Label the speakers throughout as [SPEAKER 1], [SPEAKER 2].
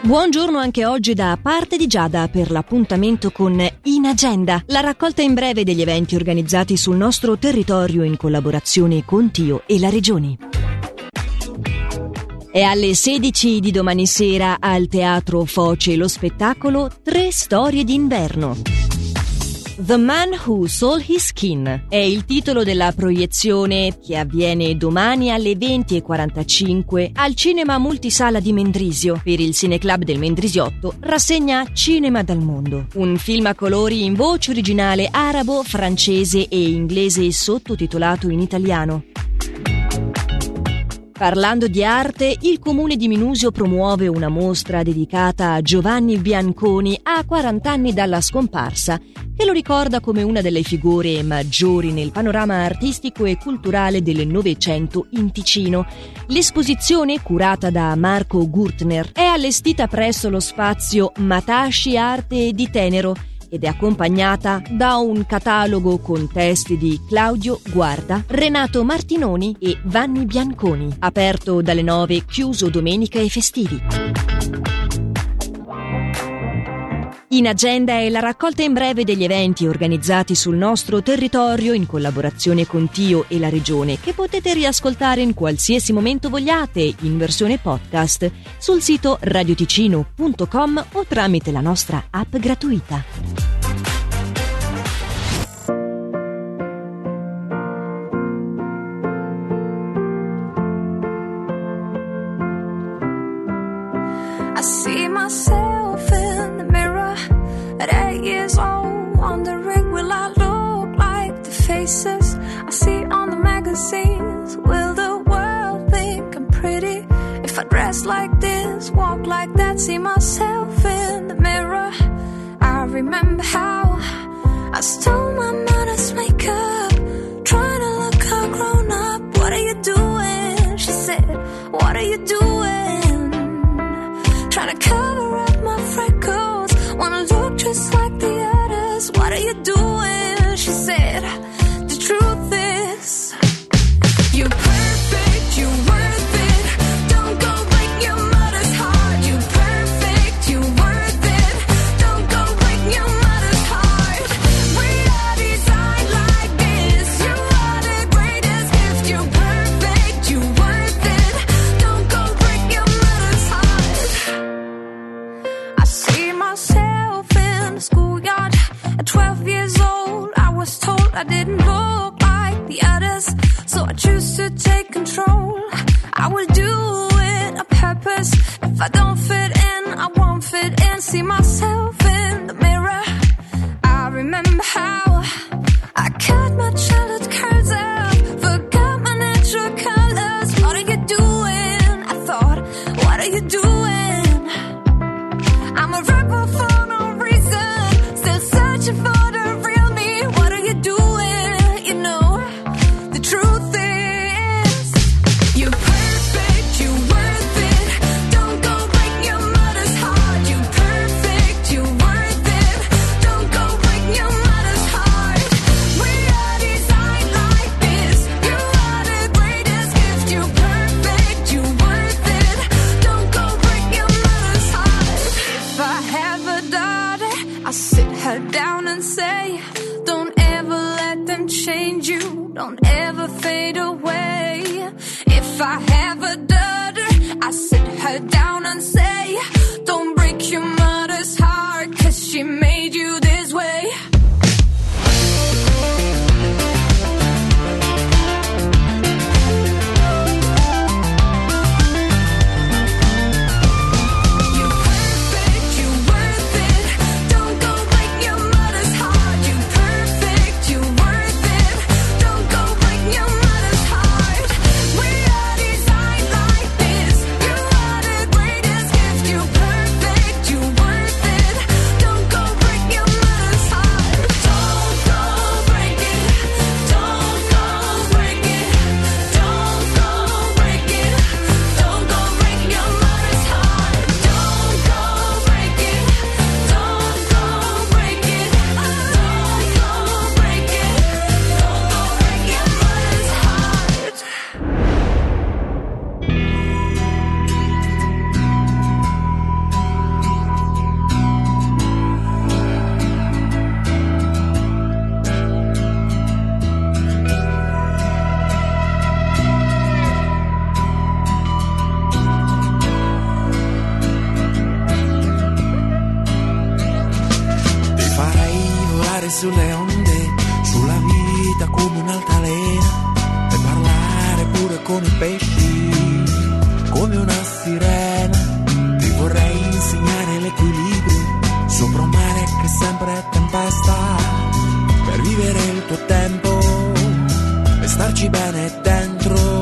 [SPEAKER 1] Buongiorno anche oggi da parte di Giada per l'appuntamento con In Agenda, la raccolta in breve degli eventi organizzati sul nostro territorio in collaborazione con Tio e la Regione. È alle 16 di domani sera al Teatro Foce lo spettacolo 3 storie d'inverno. The Man Who Sold His Skin è il titolo della proiezione che avviene domani alle 20:45 al Cinema Multisala di Mendrisio. Per il Cineclub del Mendrisiotto rassegna Cinema dal Mondo, un film a colori in voce originale arabo, francese e inglese sottotitolato in italiano. Parlando di arte, il Comune di Minusio promuove una mostra dedicata a Giovanni Bianconi a 40 anni dalla scomparsa, che lo ricorda come una delle figure maggiori nel panorama artistico e culturale del Novecento in Ticino. L'esposizione, curata da Marco Gurtner, è allestita presso lo spazio Matasci Arte di Tenero ed è accompagnata da un catalogo con testi di Claudio Guarda, Renato Martinoni e Vanni Bianconi, aperto dalle 9, chiuso domenica e festivi. In Agenda è la raccolta in breve degli eventi organizzati sul nostro territorio in collaborazione con Tio e la Regione, che potete riascoltare in qualsiasi momento vogliate in versione podcast sul sito radioticino.com o tramite la nostra app gratuita.
[SPEAKER 2] I see myself in the mirror at 8 years old, wondering will I look like the faces I see on the magazines? Will the world think I'm pretty if I dress like this, walk like that? See myself in the mirror. I remember how I stole my mother's makeup, trying to look all grown up. What are you doing? She said, what are you doing? Trying to cover up my freckles, wanna look just like the others. What are you doing? She said, the truth is, you're perfect, you're worth it. Don't go break your mother's heart. You're perfect, you're worth it. Don't go break your mother's heart. We are designed like this. You are the greatest gift. You're perfect, you're worth it. Don't go break your mother's heart. I see myself in the schoolyard at 12 years old. I was told I didn't look like the others, so I choose to take control. I will do it on purpose. If I don't fit in, I won't fit in. See myself in the mirror. I remember how I cut my childhood curls up, forgot my natural colors. What are you doing? I thought, what are you doing? I'm a rebel for no reason, still searching for the real me. What are you doing? You know, the truth is, you're perfect, you're worth it. Don't go break your mother's heart. You're perfect, you're worth it. Don't go break your mother's heart. We are designed like this. You are the greatest gift. You're perfect, you're worth it. Don't go break your mother's heart. If I have a daughter, I'll sit her down and say, don't ever let them change you. Don't ever fade away. If I have a daughter, I sit her down and say, don't break your mother's heart, 'cause she made you this way. You're perfect, you're worth it. Don't go break your mother's heart. You're perfect, you're worth it. Don't go break your mother's heart. We are designed like this. You are the greatest gift.
[SPEAKER 3] sulle onde, sulla vita come un'altalena, e parlare pure con i pesci come una sirena. Ti vorrei insegnare l'equilibrio sopra un mare che sempre è tempesta, per vivere il tuo tempo e starci bene dentro.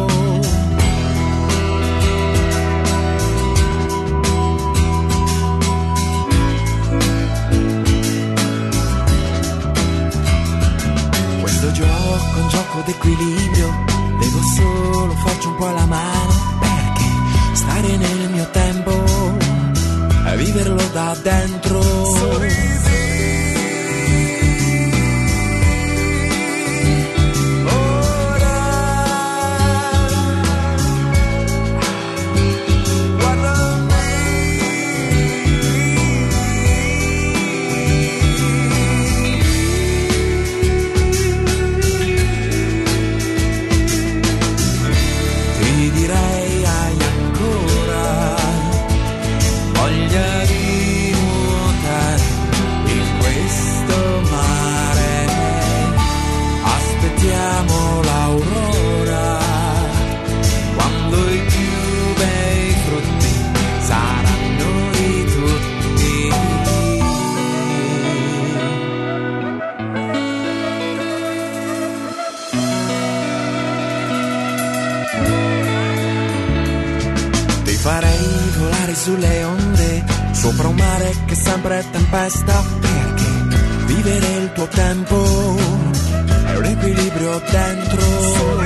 [SPEAKER 3] Questo gioco è un gioco d'equilibrio, devo solo farci un po' la mano, perché stare nel mio tempo e viverlo da dentro. Farei volare sulle onde, sopra un mare che sempre è tempesta, perché vivere il tuo tempo è un equilibrio dentro.